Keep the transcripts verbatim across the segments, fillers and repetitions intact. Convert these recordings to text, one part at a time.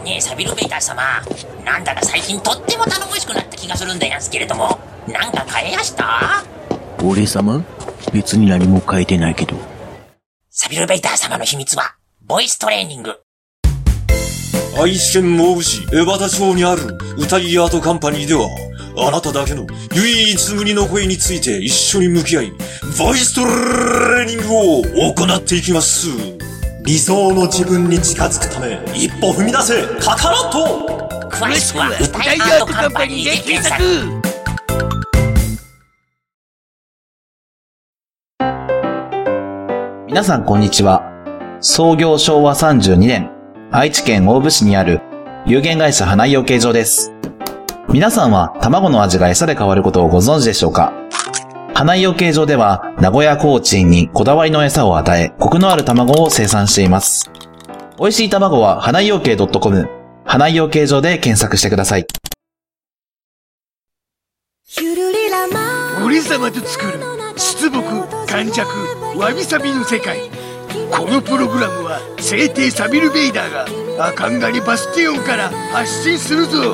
ねえサビルベイター様、なんだか最近とっても頼もしくなった気がするんだやんすけれども、なんか変えやした？ 俺様？別に何も変えてないけど。 サビルベイター様の秘密はボイストレーニング。 愛知県大府市江端町にある歌いアートカンパニーでは、あなただけの唯一無二の声について一緒に向き合い、ボイストレーニングを行っていきます。理想の自分に近づくため、一歩踏み出せカカロット。 詳しくは歌いアートカンパニーで検索。 皆さんこんにちは。創業しょうわさんじゅうにねん、愛知県大府市にある有限会社花井養鶏場です。皆さんは卵の味が餌で変わることをご存知でしょうか？花井養鶏場では名古屋コーチンにこだわりの餌を与え、コクのある卵を生産しています。美味しい卵は花井養鶏 .com、花井養鶏場で検索してください。 俺様と作る出木、感弱、わびさびの世界。このプログラムは聖帝サビルベイダーがアカンガリバスティオンから発信するぞ。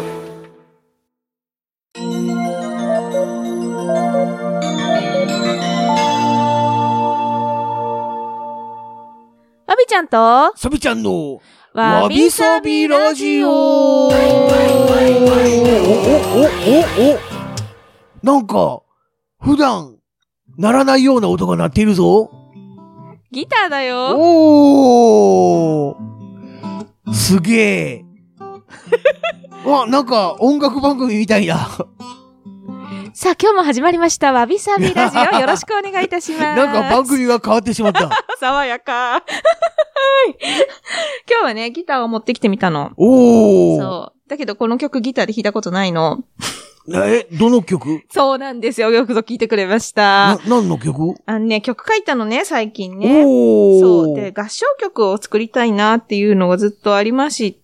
わびちゃんとサビちゃんのわびさびラジオ。おおおおお、なんか普段鳴らないような音が鳴っているぞ。 ギターだよ。 おー、すげえ。わ、なんか音楽番組みたいな。 さあ今日も始まりましたわびさびラジオ、よろしくお願いいたします。 なんか番組が変わってしまった。 爽やか。今日はねギターを持ってきてみたの。 おー。 そう。だけどこの曲ギターで弾いたことないの。 え、どの曲？ そうなんですよ。よくぞ聞いてくれました。 な、何の曲？ あのね、曲書いたのね、最近ね。 おー。 そう。で、合唱曲を作りたいなっていうのがずっとありまして、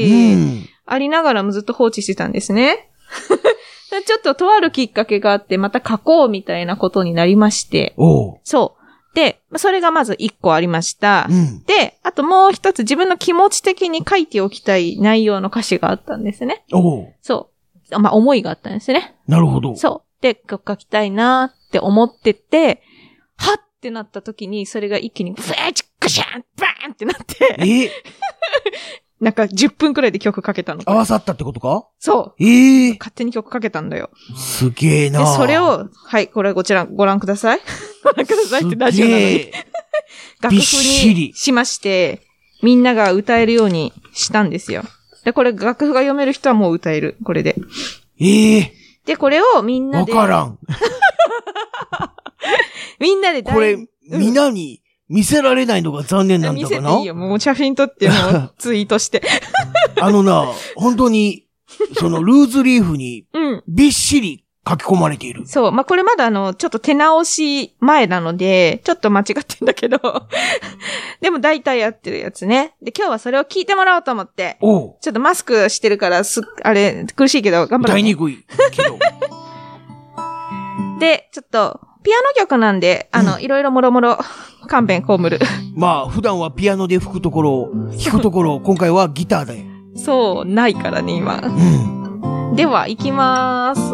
うん、 ありながらもずっと放置してたんですね。ちょっととあるきっかけがあって、また書こうみたいなことになりまして。 おー。 そう。で、それがまず一個ありました。 うん、 で、あともう一つ自分の気持ち的に書いておきたい内容の歌詞があったんですね。 おー。 そう。まあ、思いがあったんですね。 なるほど。 そう。で、曲書きたいなって思ってて、はってなった時に、それが一気に、ブーチクシャンバーンってなって、 えなんかじゅっぷんくらいで曲書けたの。 合わさったってことか？ そう。 ええー。 勝手に曲書けたんだよ。 すげえな。 で、それを、はい、これこちらご覧ください。ご覧くださいってラジオなのに。楽譜にしまして、みんなが歌えるようにしたんですよ。で、これ楽譜が読める人はもう歌える。これで。 ええー。 で、これをみんなで。 わからん。 みんなで。 これ、みんなに見せられないのが残念なんだかな？ 見せていいよ。もう写真撮ってもうツイートして。 あのな、本当に、そのルーズリーフに、びっしり書き込まれている。 うん、そう。まあ、これまだあの、ちょっと手直し前なので、ちょっと間違ってんだけど。でも大体やってるやつね。で、今日はそれを聞いてもらおうと思って。 おう。 ちょっとマスクしてるから、す、あれ、苦しいけど、頑張る。 歌いにくいけど。 で、ちょっと、ピアノ曲なんで、あの、うん、いろいろもろもろ、勘弁こむる。 まあ、普段はピアノで吹くところ、弾くところ、今回はギターで。 そう、ないからね、今。 うん。 では、行きまーす。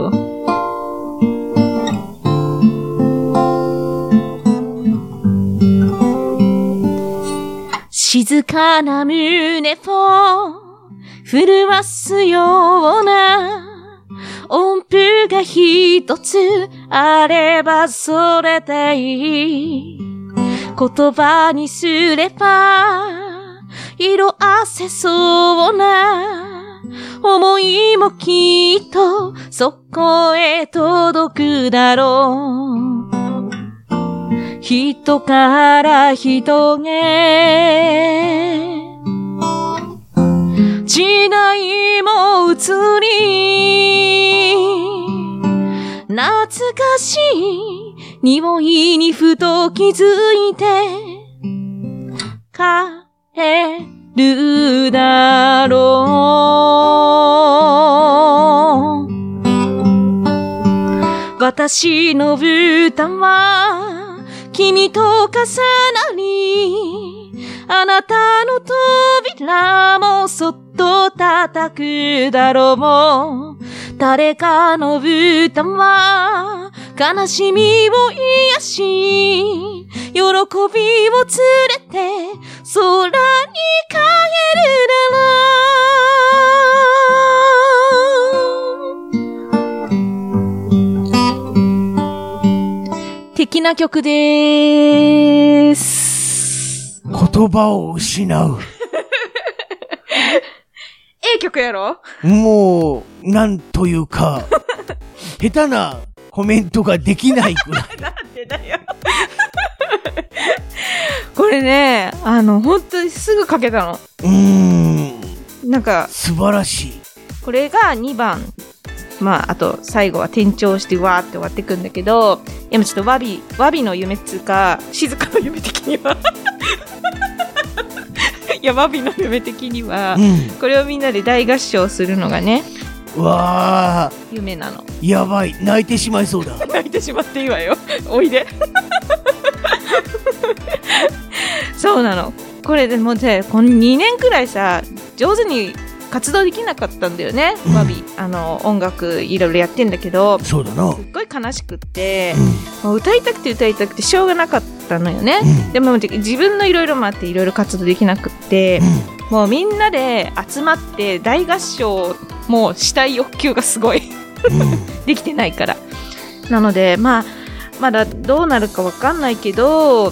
静かな胸を震わすような音符が一つあればそれでいい。言葉にすれば色あせそうな思いもきっとそこへ届くだろう。人から人へ違いも移り懐かしい匂いにふと気づいて帰るだろう。私の歌は君と重なりあなたの扉らもそっと叩くだろう。誰かの歌は悲しみを癒し、喜びを連れて空に帰るだろう。的な曲でーす。 言葉を失う。 ええ曲やろ？ もう、なんというか、下手なコメントができないくらい。 なんでだよ。これね、あの、本当にすぐ書けたの。 うーん。 なんか、 素晴らしい。 これがにばん。まあ、あと、最後は転調してわーって終わっていくんだけど、今ちょっとわび、わびの夢っつうか、静かの夢的には。いや、わびの夢的には、 うん、 これをみんなで大合唱するのがね、 わー、 夢なの。 やばい、泣いてしまいそうだ。 泣いてしまっていいわよ。おいで。そうなの。これでもね、このにねんくらいさ、上手に活動できなかったんだよね、うん、わび。あの、音楽いろいろやってんだけど、 そうだな。 すっごい悲しくって、うん、もう歌いたくて歌いたくてしょうがなかったのよね。うん、でも自分のいろいろもあっていろいろ活動できなくって、うん、もうみんなで集まって大合唱もうしたい欲求がすごい、うん、できてないから。なので、まあ、まだどうなるかわかんないけど、うん、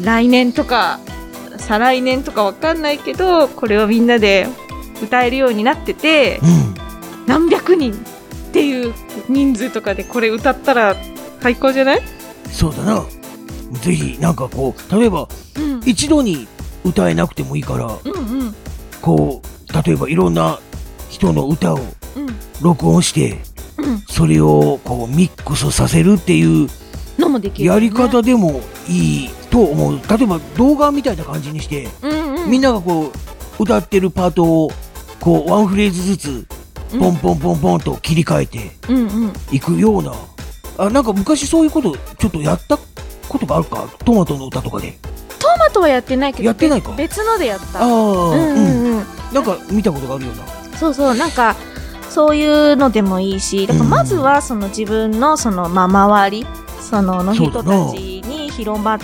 来年とか再来年とかわかんないけど、これをみんなで歌えるようになってて、うん、何百人っていう人数とかでこれ歌ったら最高じゃない？ そうだな。ぜひなんかこう、例えば、うん、一度に歌えなくてもいいから、うんうん、こう例えばいろんな人の歌を録音して、うん、それをこうミックスさせるっていうのもできる、ね、 やり方でもいいと思う。例えば動画みたいな感じにして、うんうん、みんながこう歌ってるパートをこうワンフレーズずつポンポンポンポンと切り替えていくような、うんうん、あ、なんか昔そういうことちょっとやったことがあるか、トマトの歌とかで。 トマトはやってないけど、 やってないか、 別のでやった。 ああ、うんうんうん、なんか見たことがあるような。 そうそう、なんかそういうのでもいいし、だからまずはその自分のそのまあ周り、そのの人たちに広まって、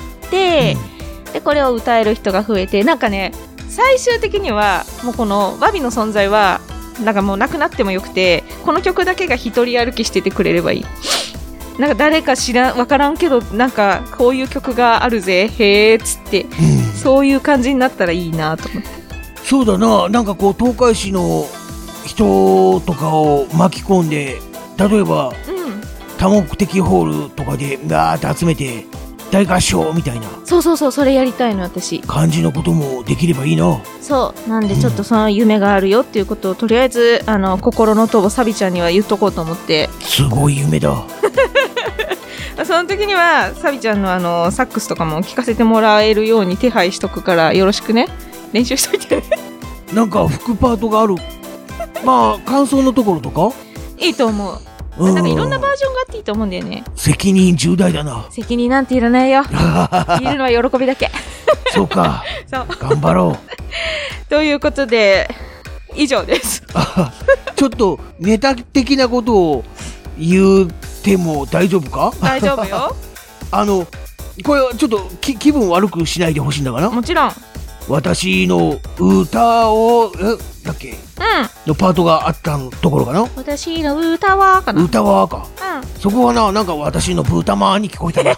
うん、でこれを歌える人が増えて、なんかね、最終的にはもうこのワビの存在はなんかもうなくなってもよくて、この曲だけが一人歩きしててくれればいい。なんか誰か知らん、わからんけど、なんかこういう曲があるぜ、へーっつって、うん、そういう感じになったらいいなと思って。 そうだな、なんかこう東海市の人とかを巻き込んで、例えば、うん、多目的ホールとかでガーって集めて大合唱みたいな。 そうそうそう、それやりたいの私。 感じのこともできればいいな。 そうなんで、ちょっとその夢があるよっていうことを、とりあえずあの心の友サビちゃんには言っとこうと思って。 すごい夢だ。 その時にはサビちゃんのあのサックスとかも聴かせてもらえるように手配しとくから、よろしくね。練習しといて。 なんか副パートがある。まあ感想のところとかいいと思う。うん、なんかいろんなバージョンがあっていいと思うんだよね。 責任重大だな。 責任なんていらないよ。いるのは喜びだけ。 そうか。そう。頑張ろう。 ということで以上です。 ちょっとネタ的なことを言っても大丈夫か？ 大丈夫よ。 あのこれはちょっとき気分悪くしないでほしいんだから。 もちろん。 私の歌をえだっけ、うん、のパートがあったところかな。 私の歌はかな。 歌はか、うん、そこはな、なんか私のブータマーに聞こえたな。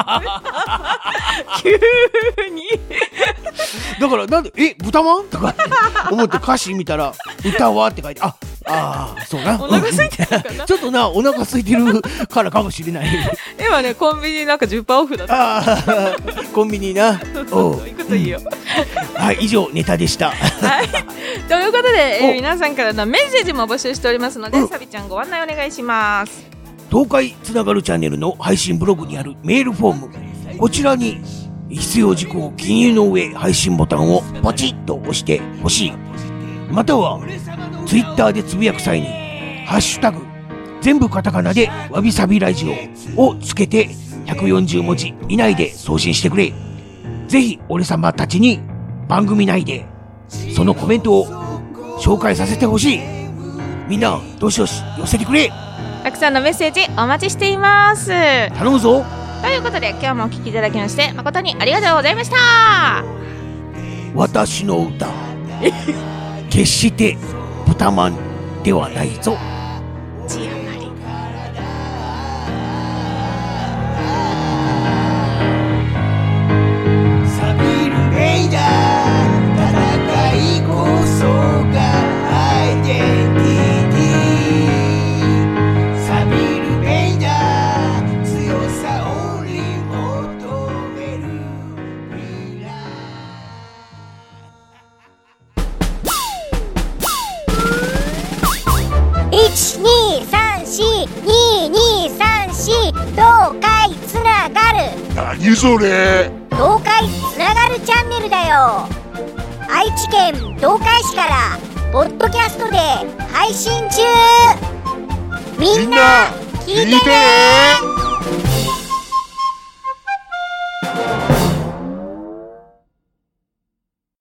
急にだからなんでえブタマンとか思って歌詞見たら歌はって書いて、あああ、そうな。 お腹空いてるかな。 ちょっとな、お腹空いてるからかもしれない。 今ね、コンビニなんか じゅっパーセント オフだった。 ああ、コンビニな。 そうそうそう、行くといいよ。 はい、以上ネタでした。 はい。ということで、えー、皆さんからのメッセージも募集しておりますので、サビちゃんご案内お願いします。 東海つながるチャンネルの配信ブログにあるメールフォーム、こちらに必要事項記入の上、配信ボタンをポチッと押してほしい。またはツイッターでつぶやく際にハッシュタグ全部カタカナでわびさびラジオをつけてひゃくよんじゅうもじ以内で送信してくれ。ぜひ俺様たちに番組内でそのコメントを紹介させてほしい。みんなどしどし寄せてくれ。 たくさんのメッセージお待ちしています。 頼むぞ。 ということで今日もお聴きいただきまして誠にありがとうございました。 私の歌決して豚まんではないぞ。 字余り。 錆びるベイダー、戦いこそがアイデンティティ。錆びるベイダー、強さを求める未来。 いちにさんしににさんし東海つながる。 何それ。 東海つながるチャンネルだよ。愛知県東海市からポッドキャストで配信中。みんな聞いてね。